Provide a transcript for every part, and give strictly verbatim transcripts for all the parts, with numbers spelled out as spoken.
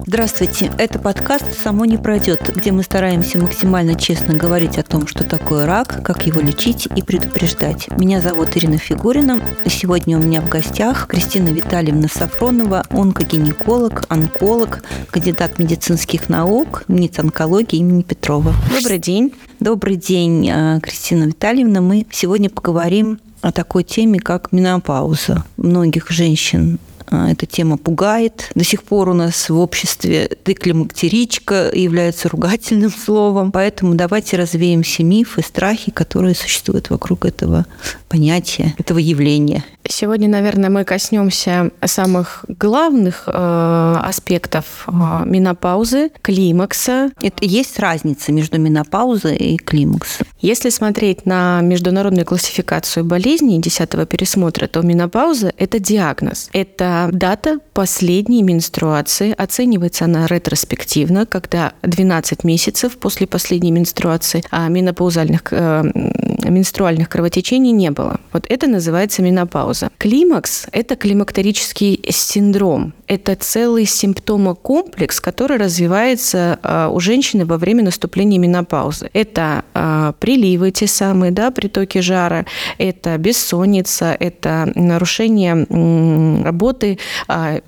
Здравствуйте, это подкаст «Само не пройдет», где мы стараемся максимально честно говорить о том, что такое рак, как его лечить и предупреждать. Меня зовут Ирина Фигурина, и сегодня у меня в гостях Кристина Витальевна Сафронова, онкогинеколог, онколог, кандидат медицинских наук, МИТ онкологии имени Петрова. Добрый день. Добрый день, Кристина Витальевна. Мы сегодня поговорим о такой теме, как менопауза. Многих женщин эта тема пугает. До сих пор у нас в обществе «ты климактеричка» является ругательным словом. Поэтому давайте развеем все мифы, страхи, которые существуют вокруг этого понятия, этого явления. Сегодня, наверное, мы коснемся самых главных э, аспектов э, менопаузы, климакса. Это есть разница между менопаузой и климаксом? Если смотреть на международную классификацию болезней десятого пересмотра, то менопауза – это диагноз. Это дата последней менструации. Оценивается она ретроспективно, когда двенадцать месяцев после последней менструации, а менопаузальных э, менструальных кровотечений не было. Вот это называется менопауза. Климакс – это климактерический синдром. Это целый симптомокомплекс, который развивается э, у женщины во время наступления менопаузы. Это э, приливы те самые, да, притоки жара, это бессонница, это нарушение э, работы э,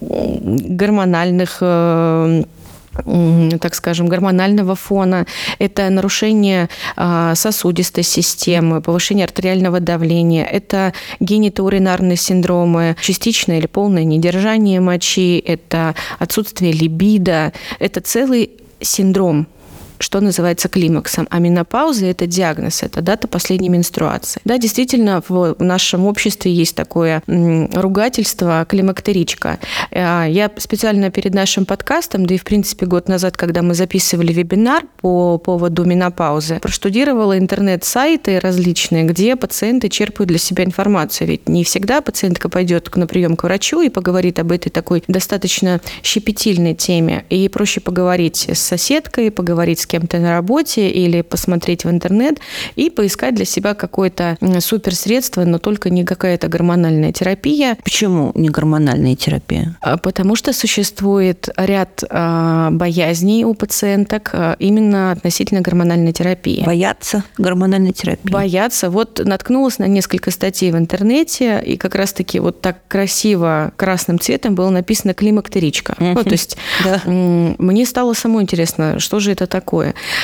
гормональных э, так скажем, гормонального фона, это нарушение сосудистой системы, повышение артериального давления, это генитоуринарные синдромы, частичное или полное недержание мочи, это отсутствие либидо, это целый синдром, что называется климаксом. А менопауза – это диагноз, это дата последней менструации. Да, действительно, в нашем обществе есть такое ругательство климактеричка. Я специально перед нашим подкастом, да и, в принципе, год назад, когда мы записывали вебинар по поводу менопаузы, проштудировала интернет-сайты различные, где пациенты черпают для себя информацию. Ведь не всегда пациентка пойдет на прием к врачу и поговорит об этой такой достаточно щепетильной теме. И проще поговорить с соседкой, поговорить с кем-то на работе или посмотреть в интернет и поискать для себя какое-то суперсредство, но только не какая-то гормональная терапия. Почему не гормональная терапия? Потому что существует ряд боязней у пациенток именно относительно гормональной терапии. Боятся гормональной терапии? Боятся. Вот наткнулась на несколько статей в интернете, и как раз-таки вот так красиво красным цветом было написано «климактеричка». Mm-hmm. Ну, то есть да. Мне стало самой интересно, что же это такое.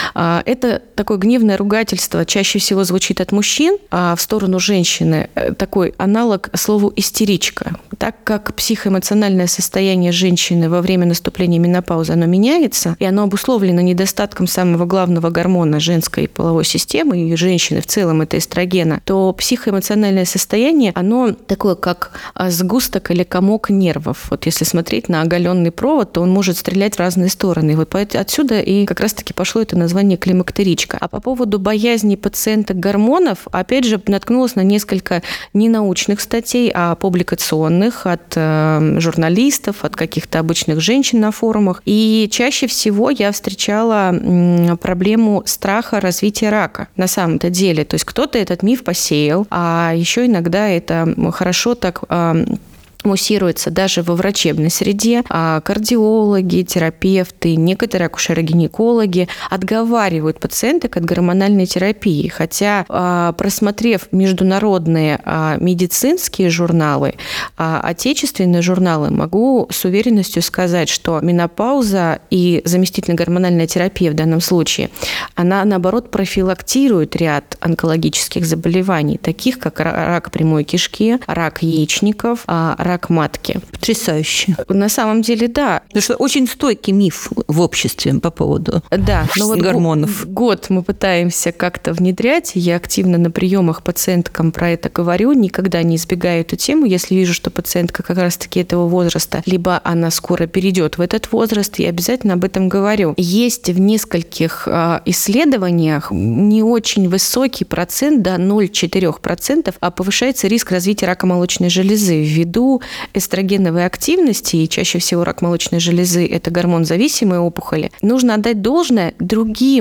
Это такое гневное ругательство чаще всего звучит от мужчин, а в сторону женщины такой аналог слову «истеричка». Так как психоэмоциональное состояние женщины во время наступления менопаузы, оно меняется, и оно обусловлено недостатком самого главного гормона женской половой системы, и женщины в целом это эстрогена, то психоэмоциональное состояние, оно такое, как сгусток или комок нервов. Вот если смотреть на оголенный провод, то он может стрелять в разные стороны. И вот отсюда и как раз-таки пошло это название климактеричка. А по поводу боязни пациенток гормонов, опять же, наткнулась на несколько ненаучных статей, а публикационных от э, журналистов, от каких-то обычных женщин на форумах. И чаще всего я встречала м, проблему страха развития рака на самом-то деле. То есть кто-то этот миф посеял, а еще иногда это хорошо так... Э, муссируется даже во врачебной среде. А кардиологи, терапевты, некоторые акушеры-гинекологи отговаривают пациенток от гормональной терапии. Хотя, просмотрев международные медицинские журналы, отечественные журналы, могу с уверенностью сказать, что менопауза и заместительная гормональная терапия в данном случае, она, наоборот, профилактирует ряд онкологических заболеваний, таких как рак прямой кишки, рак яичников, рак матки. Потрясающе. На самом деле, да. Потому что очень стойкий миф в обществе по поводу да, но вот гормонов. Год мы пытаемся как-то внедрять. Я активно на приемах пациенткам про это говорю. Никогда не избегаю эту тему. Если вижу, что пациентка как раз-таки этого возраста, либо она скоро перейдет в этот возраст, я обязательно об этом говорю. Есть в нескольких исследованиях не очень высокий процент, до ноль целых четыре десятых процента, а повышается риск развития рака молочной железы ввиду эстрогеновой активности, и чаще всего рак молочной железы – это гормон-зависимые опухоли. Нужно отдать должное другим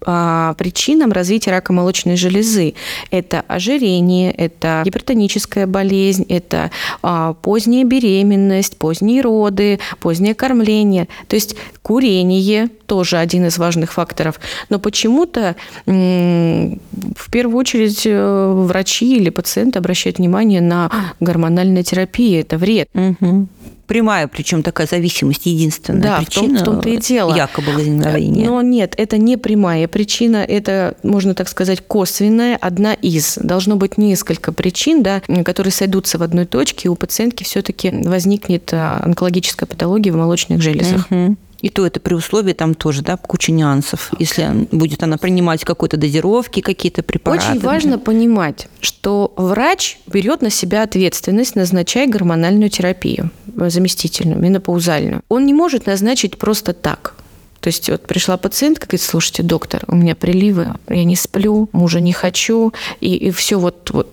а, причинам развития рака молочной железы. Это ожирение, это гипертоническая болезнь, это а, поздняя беременность, поздние роды, позднее кормление. То есть курение тоже один из важных факторов. Но почему-то м- в первую очередь врачи или пациенты обращают внимание на гормональную терапию. Это вред. Угу. Прямая, причем такая зависимость, единственная да, причина. В том, в том-то и дело. Якобы возникновения. Но нет, это не прямая причина, это, можно так сказать, косвенная, одна из. Должно быть несколько причин, да, которые сойдутся в одной точке, и у пациентки все-таки возникнет онкологическая патология в молочных железах. Угу. И то это при условии там тоже, да, куча нюансов. Если будет она принимать какой-то дозировки, какие-то препараты. Очень важно понимать, что врач берет на себя ответственность, назначая гормональную терапию, заместительную, менопаузальную. Он не может назначить просто так. То есть вот пришла пациентка, говорит: слушайте, доктор, у меня приливы, я не сплю, мужа не хочу, и, и все вот... вот.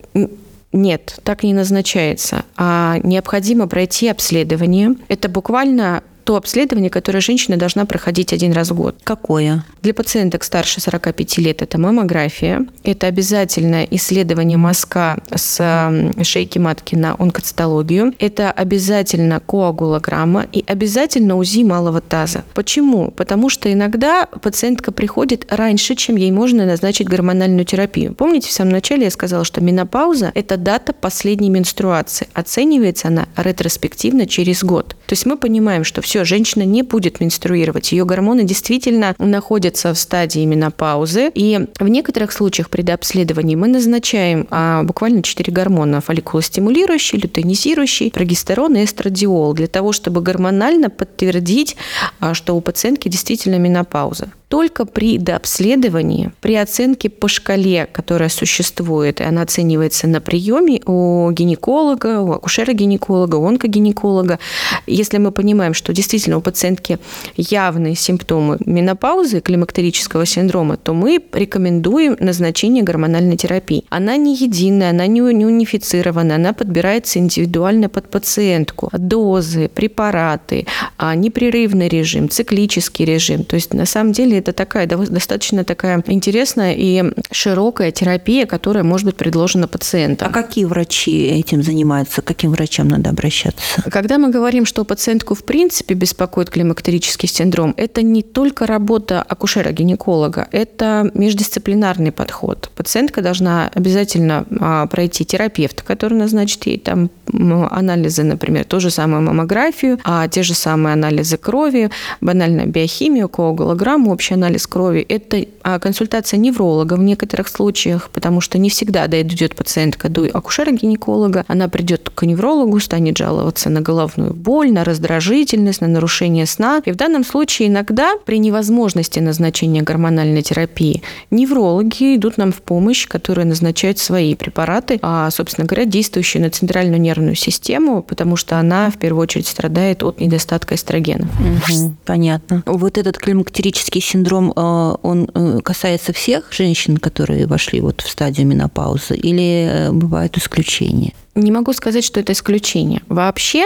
Нет, так не назначается. А необходимо пройти обследование. Это буквально то обследование, которое женщина должна проходить один раз в год. Какое? Для пациенток старше сорока пяти лет это маммография. Это обязательное исследование мазка с шейки матки на онкоцитологию. Это обязательно коагулограмма и обязательно УЗИ малого таза. Почему? Потому что иногда пациентка приходит раньше, чем ей можно назначить гормональную терапию. Помните, в самом начале я сказала, что менопауза – это дата последней менструации. Оценивается она ретроспективно через год. То есть мы понимаем, что все, женщина не будет менструировать. Ее гормоны действительно находятся в стадии менопаузы. И в некоторых случаях при дообследовании мы назначаем а, буквально четыре гормона: фолликулостимулирующий, лютеинизирующий, прогестерон и эстрадиол, для того, чтобы гормонально подтвердить, а, что у пациентки действительно менопауза. Только при дообследовании, при оценке по шкале, которая существует, и она оценивается на приеме у гинеколога, у акушера-гинеколога, у онкогинеколога, если мы понимаем, что действительно у пациентки явные симптомы менопаузы, климактерического синдрома, то мы рекомендуем назначение гормональной терапии. Она не единая, она не унифицированная, она подбирается индивидуально под пациентку. Дозы, препараты, непрерывный режим, циклический режим. То есть на самом деле это такая достаточно такая интересная и широкая терапия, которая может быть предложена пациентам. А какие врачи этим занимаются? К каким врачам надо обращаться? Когда мы говорим, что пациентку в принципе беспокоит климактерический синдром, это не только работа акушера-гинеколога, это междисциплинарный подход. Пациентка должна обязательно пройти терапевта, который назначит ей там анализы, например, ту же самую маммографию, а те же самые анализы крови, банальная биохимия, коагулограмму, общий анализ крови. Это консультация невролога в некоторых случаях, потому что не всегда дойдет пациентка до акушера-гинеколога. Она придет к неврологу, станет жаловаться на головную боль, на раздражительность, на нарушение сна. И в данном случае иногда при невозможности назначения гормональной терапии неврологи идут нам в помощь, которые назначают свои препараты, а, собственно говоря, действующие на центральную нервную систему, потому что она в первую очередь страдает от недостатка эстрогена. Угу, понятно. Вот этот климактерический синдром, он касается всех женщин, которые вошли вот в стадию менопаузы, или бывают исключения? Не могу сказать, что это исключение. Вообще,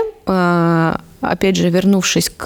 опять же, вернувшись к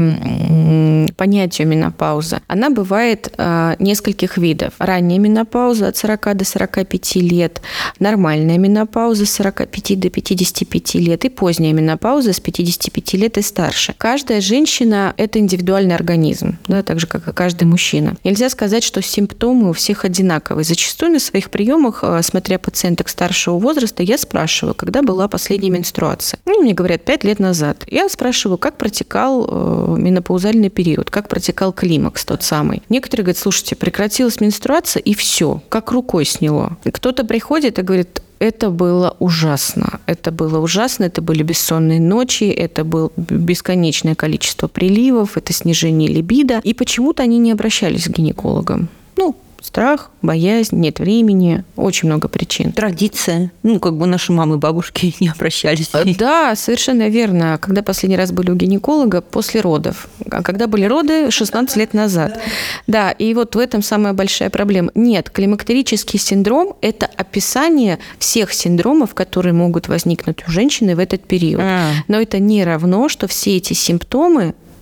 понятию менопауза, она бывает нескольких видов. Ранняя менопауза от сорока до сорока пяти лет, нормальная менопауза с сорока пяти до пятидесяти пяти лет и поздняя менопауза с пятидесяти пяти лет и старше. Каждая женщина – это индивидуальный организм, да, так же, как и каждый мужчина. Нельзя сказать, что симптомы у всех одинаковые. Зачастую на своих приемах, смотря пациенток старшего возраста, я спрашиваю, когда была последняя менструация. Ну, мне говорят, пять лет назад. Я спрашиваю, как протекал менопаузальный период, как протекал климакс тот самый. Некоторые говорят, слушайте, прекратилась менструация, и все, как рукой сняло. Кто-то приходит и говорит, это было ужасно. Это было ужасно, это были бессонные ночи, это было бесконечное количество приливов, это снижение либидо. И почему-то они не обращались к гинекологам. Ну, страх, боязнь, нет времени, очень много причин. Традиция. Ну, как бы наши мамы и бабушки не обращались. Да, совершенно верно. Когда последний раз были у гинеколога? После родов. А когда были роды? шестнадцать лет назад. Да, и вот в этом самая большая проблема. Нет, климактерический синдром – это описание всех синдромов, которые могут возникнуть у женщины в этот период. А. Но это не равно, что все эти симптомы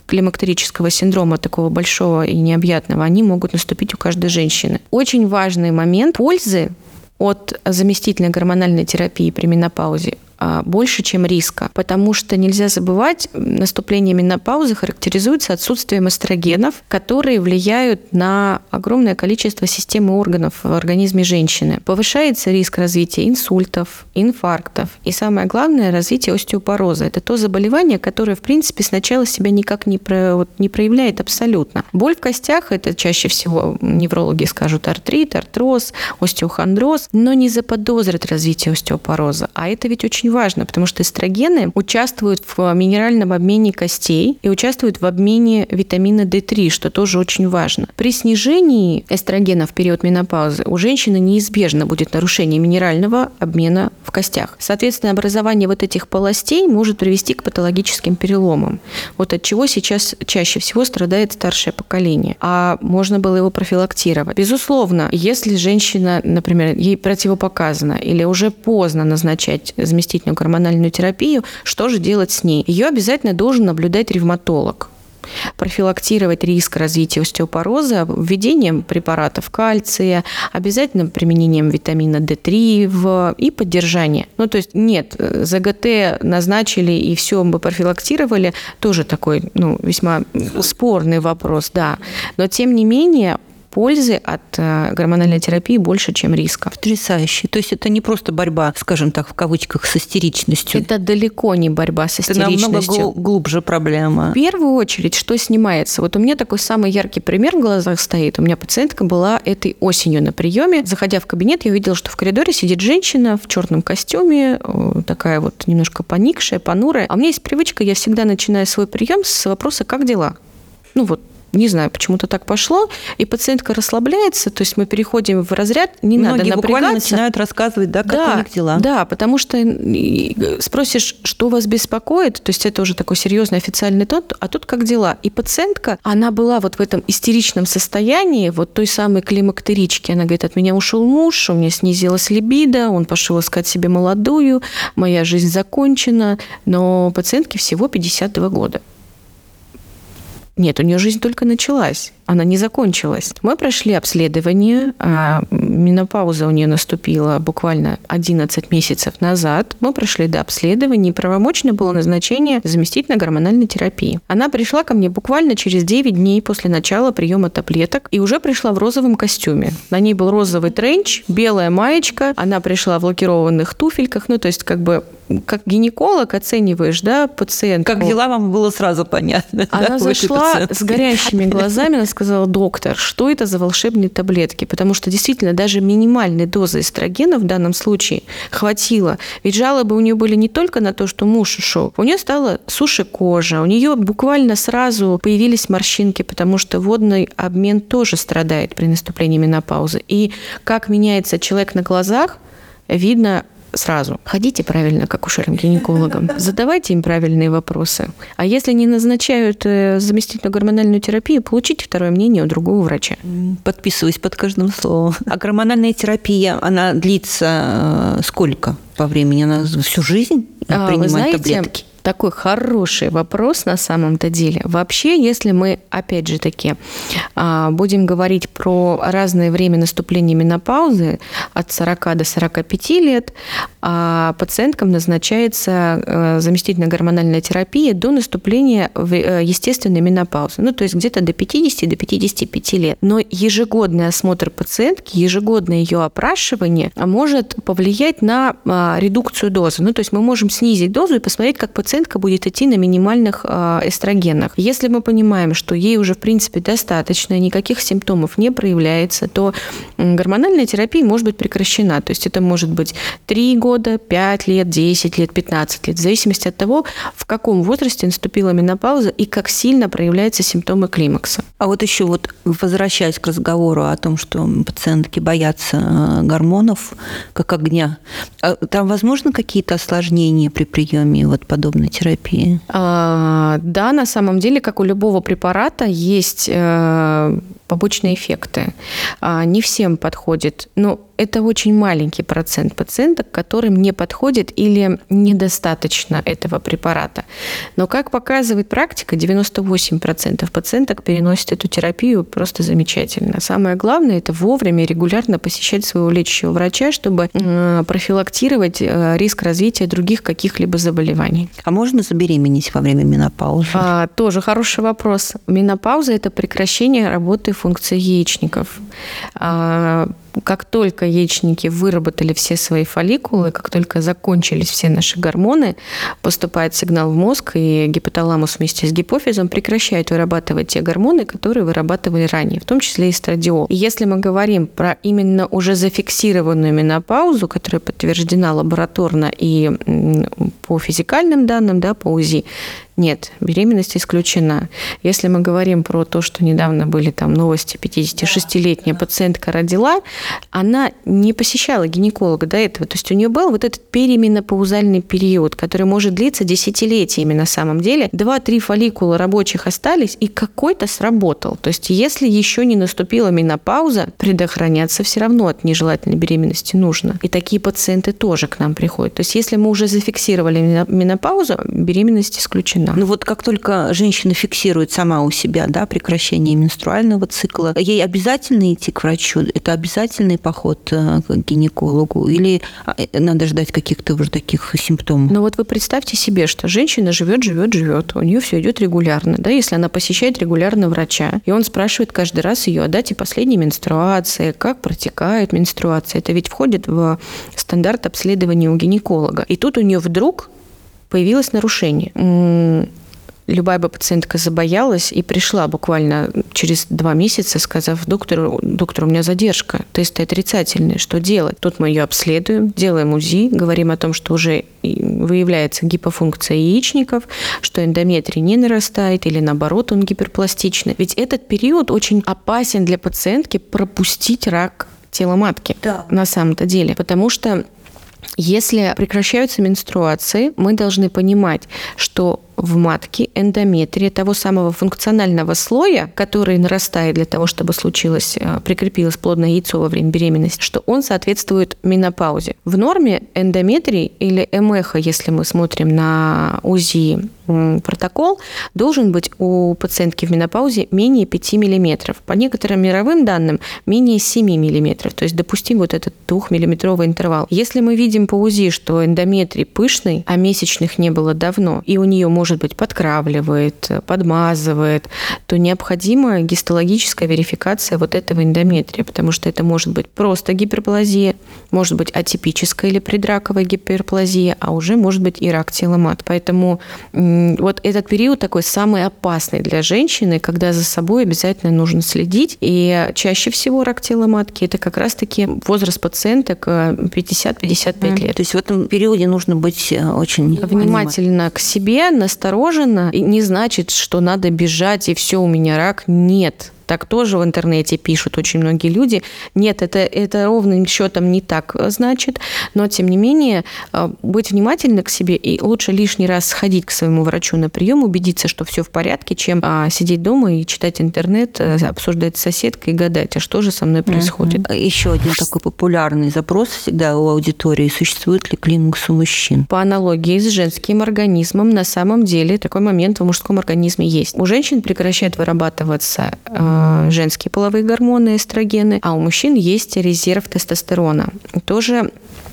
климактерического синдрома, такого большого и необъятного, они могут наступить у каждой женщины. Очень важный момент пользы от заместительной гормональной терапии при менопаузе больше, чем риска, потому что нельзя забывать, наступление менопаузы характеризуется отсутствием эстрогенов, которые влияют на огромное количество систем и органов в организме женщины. Повышается риск развития инсультов, инфарктов и, самое главное, развитие остеопороза. Это то заболевание, которое, в принципе, сначала себя никак не, про, вот, не проявляет абсолютно. Боль в костях – это чаще всего неврологи скажут артрит, артроз, остеохондроз, но не заподозрят развитие остеопороза. А это ведь очень важно, потому что эстрогены участвуют в минеральном обмене костей и участвуют в обмене витамина дэ три, что тоже очень важно. При снижении эстрогена в период менопаузы у женщины неизбежно будет нарушение минерального обмена в костях. Соответственно, образование вот этих полостей может привести к патологическим переломам. Вот от чего сейчас чаще всего страдает старшее поколение. А можно было его профилактировать. Безусловно, если женщина, например, ей противопоказано или уже поздно назначать заместительную гормональную терапию, что же делать с ней? Ее обязательно должен наблюдать ревматолог. Профилактировать риск развития остеопороза введением препаратов кальция, обязательно применением витамина дэ три в, и поддержание. Ну, то есть нет, зэ гэ тэ назначили и все, мы профилактировали, тоже такой, ну, весьма спорный вопрос, да. Но тем не менее, пользы от гормональной терапии больше, чем риска. Потрясающе. То есть это не просто борьба, скажем так, в кавычках, с истеричностью. Это далеко не борьба с истеричностью. Это намного глубже проблема. В первую очередь, что снимается? Вот у меня такой самый яркий пример в глазах стоит. У меня пациентка была этой осенью на приеме. Заходя в кабинет, я увидела, что в коридоре сидит женщина в черном костюме, такая вот немножко поникшая, понурая. А у меня есть привычка, я всегда начинаю свой прием с вопроса «как дела?». Ну вот, не знаю, почему-то так пошло, и пациентка расслабляется, то есть мы переходим в разряд, не Многие надо напрягаться. буквально начинают рассказывать, да, как да, у них дела. Да, потому что спросишь, что вас беспокоит, то есть это уже такой серьезный официальный тон, а тут как дела. И пациентка, она была вот в этом истеричном состоянии, вот той самой климактерички, она говорит, от меня ушел муж, у меня снизилась либидо, он пошел искать себе молодую, моя жизнь закончена, но пациентке всего пятьдесят два года. Нет, у нее жизнь только началась, она не закончилась. Мы прошли обследование, а менопауза у нее наступила буквально одиннадцать месяцев назад. Мы прошли до обследования, и правомочно было назначение заместительной гормональной терапии. Она пришла ко мне буквально через девять дней после начала приема таблеток и уже пришла в розовом костюме. На ней был розовый тренч, белая маечка, она пришла в лакированных туфельках, ну то есть как бы как гинеколог оцениваешь, да, пациентку. Как дела, вам было сразу понятно. Она да, зашла с горящими глазами, она сказала, доктор, что это за волшебные таблетки? Потому что действительно даже минимальной дозы эстрогена в данном случае хватило. Ведь жалобы у нее были не только на то, что муж ушел. У нее стала суше кожа, у нее буквально сразу появились морщинки, потому что водный обмен тоже страдает при наступлении менопаузы. И как меняется человек на глазах, видно сразу. Ходите правильно к акушерам-гинекологам, задавайте им правильные вопросы. А если не назначают заместительную гормональную терапию, получите второе мнение у другого врача. Подписываюсь под каждым словом. А гормональная терапия, она длится сколько по времени? Она всю жизнь принимает Вы знаете, таблетки? Такой хороший вопрос на самом-то деле. Вообще, если мы, опять же таки, будем говорить про разное время наступления менопаузы от сорока до сорока пяти лет, пациенткам назначается заместительная гормональная терапия до наступления естественной менопаузы. Ну, то есть где-то до пятидесяти, до пятидесяти пяти лет. Но ежегодный осмотр пациентки, ежегодное ее опрашивание может повлиять на редукцию дозы. Ну, то есть мы можем снизить дозу и посмотреть, как пациентка будет идти на минимальных эстрогенах. Если мы понимаем, что ей уже, в принципе, достаточно, никаких симптомов не проявляется, то гормональная терапия может быть прекращена. То есть это может быть три года, пять лет, десять лет, пятнадцать лет, в зависимости от того, в каком возрасте наступила менопауза и как сильно проявляются симптомы климакса. А вот еще вот возвращаясь к разговору о том, что пациентки боятся гормонов как огня, там возможно какие-то осложнения при приеме вот подобной терапии? А, да, на самом деле, как у любого препарата, есть э, побочные эффекты. А, не всем подходит. Ну, это очень маленький процент пациенток, которым не подходит или недостаточно этого препарата. Но, как показывает практика, девяносто восемь процентов пациенток переносят эту терапию просто замечательно. Самое главное – это вовремя и регулярно посещать своего лечащего врача, чтобы профилактировать риск развития других каких-либо заболеваний. А можно забеременеть во время менопаузы? А, тоже хороший вопрос. Менопауза – это прекращение работы функций яичников. А, как только яичники выработали все свои фолликулы, как только закончились все наши гормоны, поступает сигнал в мозг, и гипоталамус вместе с гипофизом прекращает вырабатывать те гормоны, которые вырабатывали ранее, в том числе эстрадиол. И если мы говорим про именно уже зафиксированную менопаузу, которая подтверждена лабораторно и по физикальным данным, да, по УЗИ, нет, беременность исключена. Если мы говорим про то, что недавно были там новости, пятидесятишестилетняя пациентка родила, она не посещала гинеколога до этого. То есть у нее был вот этот перименопаузальный период, который может длиться десятилетиями на самом деле. Два-три фолликула рабочих остались, и какой-то сработал. То есть если еще не наступила менопауза, предохраняться все равно от нежелательной беременности нужно. И такие пациенты тоже к нам приходят. То есть если мы уже зафиксировали менопаузу, беременность исключена. Ну вот как только женщина фиксирует сама у себя, да, прекращение менструального цикла, ей обязательно идти к врачу? Это обязательный поход к гинекологу? Или надо ждать каких-то уже таких симптомов? Ну вот вы представьте себе, что женщина живет, живет, живет, у нее все идет регулярно, да, если она посещает регулярно врача, и он спрашивает каждый раз ее о дате последней менструации, как протекает менструация. Это ведь входит в стандарт обследования у гинеколога. И тут у нее вдруг появилось нарушение. Любая бы пациентка забоялась и пришла буквально через два месяца, сказав доктору: доктор, у меня задержка, тесты отрицательные, что делать? Тут мы ее обследуем, делаем УЗИ, говорим о том, что уже выявляется гипофункция яичников, что эндометрий не нарастает или наоборот он гиперпластичный. Ведь этот период очень опасен для пациентки пропустить рак тела матки, да, на самом-то деле, потому что если прекращаются менструации, мы должны понимать, что в матке эндометрия, того самого функционального слоя, который нарастает для того, чтобы случилось, прикрепилось плодное яйцо во время беременности, что он соответствует менопаузе. В норме эндометрий или эмэхо, если мы смотрим на УЗИ протокол, должен быть у пациентки в менопаузе менее пяти миллиметров. По некоторым мировым данным, менее семи миллиметров. То есть допустим вот этот двухмиллиметровый интервал. Если мы видим по УЗИ, что эндометрий пышный, а месячных не было давно, и у нее, может быть, подкравливает, подмазывает, то необходима гистологическая верификация вот этого эндометрия, потому что это может быть просто гиперплазия, может быть атипическая или предраковая гиперплазия, а уже может быть и рак тела матки. Поэтому вот этот период такой самый опасный для женщины, когда за собой обязательно нужно следить. И чаще всего рак тела матки – это как раз-таки возраст пациенток пятьдесят-пятьдесят пять лет. То есть в этом периоде нужно быть очень внимательно к себе, настороженно. И не значит, что надо бежать, и все, у меня рак. Нет. Так тоже в интернете пишут очень многие люди. Нет, это, это ровным счетом не так значит, но тем не менее быть внимательны к себе и лучше лишний раз сходить к своему врачу на прием, убедиться, что все в порядке, чем сидеть дома и читать интернет, обсуждать с соседкой и гадать, а что же со мной происходит. Uh-huh. Еще один такой популярный запрос всегда у аудитории: существует ли климакс у мужчин? По аналогии с женским организмом, на самом деле такой момент в мужском организме есть. У женщин прекращает вырабатываться женские половые гормоны, эстрогены, а у мужчин есть резерв тестостерона. Тоже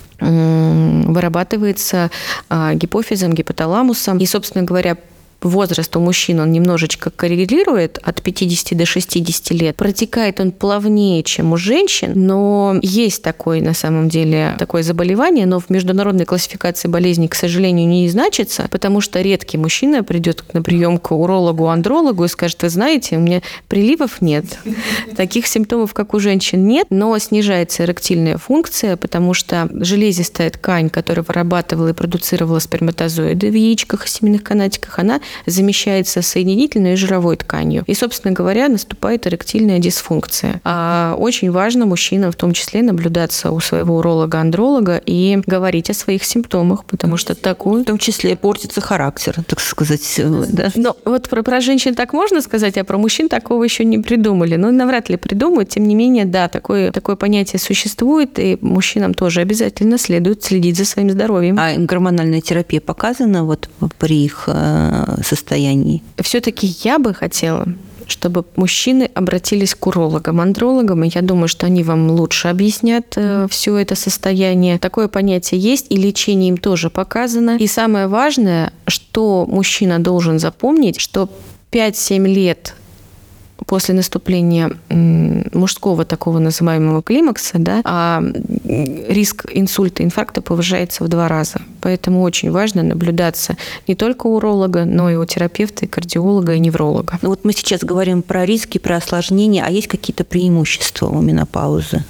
вырабатывается гипофизом, гипоталамусом. И, собственно говоря, возраст у мужчин, он немножечко коррелирует от пятидесяти до шестидесяти лет. Протекает он плавнее, чем у женщин, но есть такое, на самом деле, такое заболевание, но в международной классификации болезней, к сожалению, не значится, потому что редкий мужчина придет на прием к урологу, андрологу и скажет: вы знаете, у меня приливов нет. Таких симптомов, как у женщин, нет, но снижается эректильная функция, потому что железистая ткань, которая вырабатывала и продуцировала сперматозоиды в яичках и семенных канатиках, она замещается соединительной и жировой тканью. И, собственно говоря, наступает эректильная дисфункция. А очень важно мужчинам в том числе наблюдаться у своего уролога-андролога и говорить о своих симптомах, потому что такое... В том числе портится характер, так сказать. Да? Но вот про, про женщин так можно сказать, а про мужчин такого еще не придумали. Ну, навряд ли придумают. Тем не менее, да, такое, такое понятие существует, и мужчинам тоже обязательно следует следить за своим здоровьем. А гормональная терапия показана вот при их состоянии? Все-таки я бы хотела, чтобы мужчины обратились к урологам, андрологам, и я думаю, что они вам лучше объяснят э, все это состояние. Такое понятие есть, и лечение им тоже показано. И самое важное, что мужчина должен запомнить, что пять-семь лет после наступления мужского такого называемого климакса, да, а риск инсульта, инфаркта повышается в два раза. Поэтому очень важно наблюдаться не только у уролога, но и у терапевта, и кардиолога, и невролога. Ну вот мы сейчас говорим про риски, про осложнения, а есть какие-то преимущества у менопаузы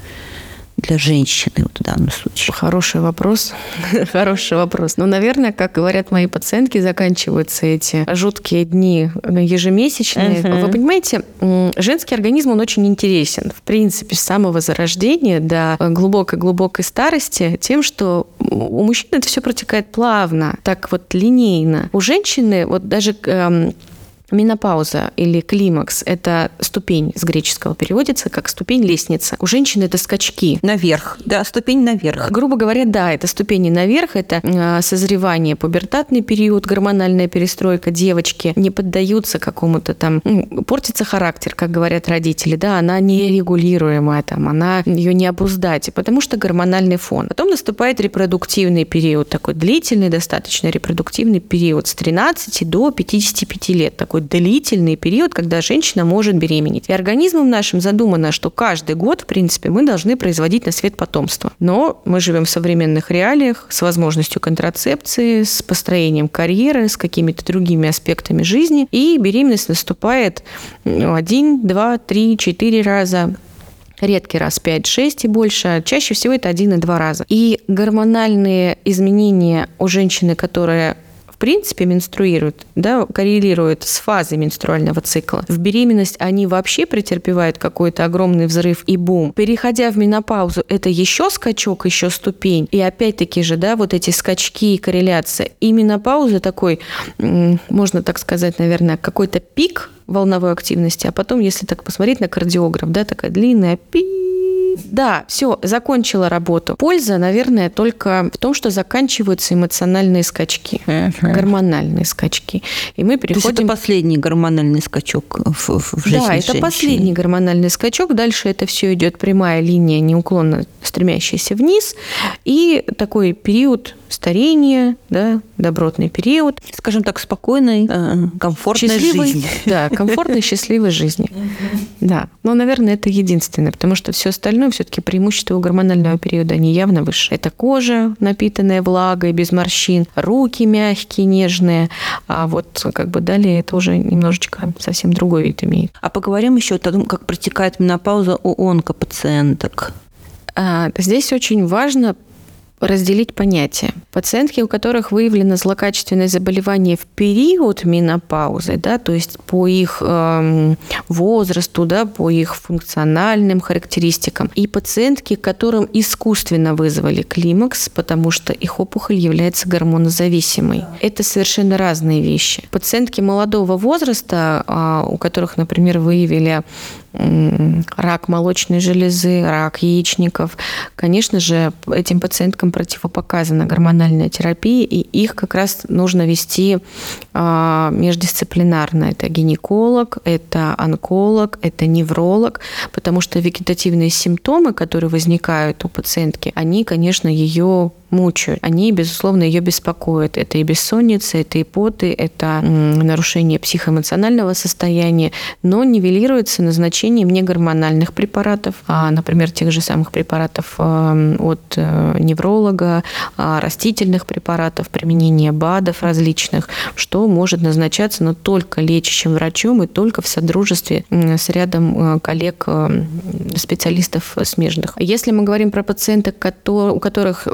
для женщины вот в данном случае? Хороший вопрос. Хороший вопрос. Ну, наверное, как говорят мои пациентки, заканчиваются эти жуткие дни ежемесячные. Uh-huh. Вы понимаете, женский организм, он очень интересен. В принципе, с самого зарождения до глубокой-глубокой старости тем, что у мужчин это все протекает плавно, так вот линейно. У женщины вот даже... Менопауза или климакс – это ступень, с греческого переводится как ступень лестницы. У женщины это скачки. Наверх, да, ступень наверх. Грубо говоря, да, это ступени наверх, это созревание, пубертатный период, гормональная перестройка. Девочки не поддаются какому-то там… Портится характер, как говорят родители, да, она нерегулируемая, там, она ее не обуздать, потому что гормональный фон. Потом наступает репродуктивный период, такой длительный достаточно репродуктивный период с тринадцати до пятидесяти пяти лет, такой длительный период, когда женщина может беременеть. И организмом нашим задумано, что каждый год, в принципе, мы должны производить на свет потомство. Но мы живем в современных реалиях с возможностью контрацепции, с построением карьеры, с какими-то другими аспектами жизни. И беременность наступает один, два, три, четыре раза. Редкий раз пять-шесть и больше, чаще всего это один и два раза. И гормональные изменения у женщины, которая в принципе менструируют, да, коррелируют с фазой менструального цикла. В беременность они вообще претерпевают какой-то огромный взрыв и бум. Переходя в менопаузу, это еще скачок, еще ступень. И опять-таки же, да, вот эти скачки и корреляция. И менопауза такой, можно так сказать, наверное, какой-то пик волновой активности, а потом, если так посмотреть на кардиограф, да, такая длинная пик. Да, все, закончила работу. Польза, наверное, только в том, что заканчиваются эмоциональные скачки, uh-huh. гормональные скачки. И мы переходим... То есть это последний гормональный скачок в, в жизни Да, это женщины. последний гормональный скачок. Дальше это все идет прямая линия, неуклонно стремящаяся вниз. И такой период старения, да, добротный период. Скажем так, спокойной, комфортной счастливой, жизни. Да, комфортной, счастливой жизни. Да, но, наверное, это единственное, потому что все остальное, все-таки преимущества у гормонального периода, они явно выше. Это кожа, напитанная влагой, без морщин, руки мягкие, нежные, а вот как бы далее это уже немножечко совсем другой вид имеет. А поговорим еще о том, как протекает менопауза у онкопациенток. А, здесь очень важно разделить понятия. Пациентки, у которых выявлено злокачественное заболевание в период менопаузы, да, то есть по их э, возрасту, да, по их функциональным характеристикам, и пациентки, которым искусственно вызвали климакс, потому что их опухоль является гормонозависимой. Это совершенно разные вещи. Пациентки молодого возраста, э, у которых, например, выявили рак молочной железы, рак яичников. Конечно же, этим пациенткам противопоказана гормональная терапия, и их как раз нужно вести междисциплинарно. Это гинеколог, это онколог, это невролог, потому что вегетативные симптомы, которые возникают у пациентки, они, конечно, ее мучают. Они, безусловно, ее беспокоят. Это и бессонница, это и поты, это нарушение психоэмоционального состояния, но нивелируется назначением негормональных препаратов, например, тех же самых препаратов от невролога, растительных препаратов, применение БАДов различных, что может назначаться, но только лечащим врачом и только в содружестве с рядом коллег, специалистов смежных. Если мы говорим про пациенток, у которых выявили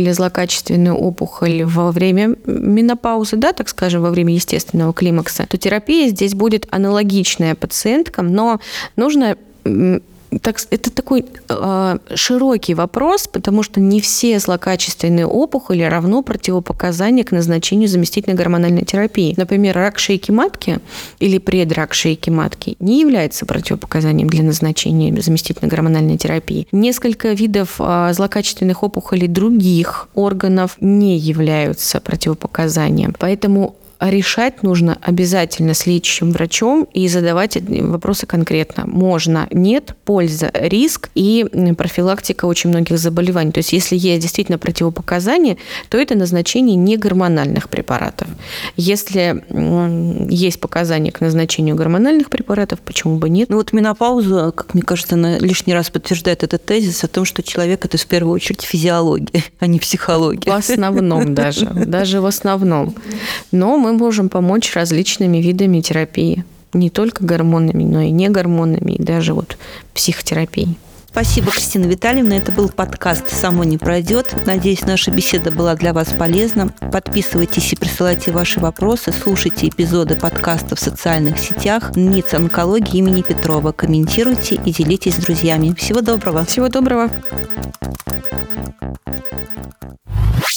или злокачественную опухоль во время менопаузы, да, так скажем, во время естественного климакса, то терапия здесь будет аналогичная пациенткам, но нужно... Так, это такой э, широкий вопрос, потому что не все злокачественные опухоли равно противопоказания к назначению заместительной гормональной терапии. Например, рак шейки матки или предрак шейки матки не является противопоказанием для назначения заместительной гормональной терапии. Несколько видов э, злокачественных опухолей других органов не являются противопоказанием. Поэтому решать нужно обязательно с лечащим врачом и задавать вопросы конкретно. Можно, нет, польза, риск и профилактика очень многих заболеваний. То есть если есть действительно противопоказания, то это назначение негормональных препаратов. Если есть показания к назначению гормональных препаратов, почему бы нет? Ну вот менопауза, как мне кажется, она лишний раз подтверждает этот тезис о том, что человек – это в первую очередь физиология, а не психология. В основном даже, даже в основном. Но мы можем помочь различными видами терапии. Не только гормонами, но и не гормонами, и даже вот психотерапией. Спасибо, Кристина Витальевна. Это был подкаст «Само не пройдет». Надеюсь, наша беседа была для вас полезна. Подписывайтесь и присылайте ваши вопросы. Слушайте эпизоды подкаста в социальных сетях НИЦ онкологии имени Петрова. Комментируйте и делитесь с друзьями. Всего доброго. Всего доброго.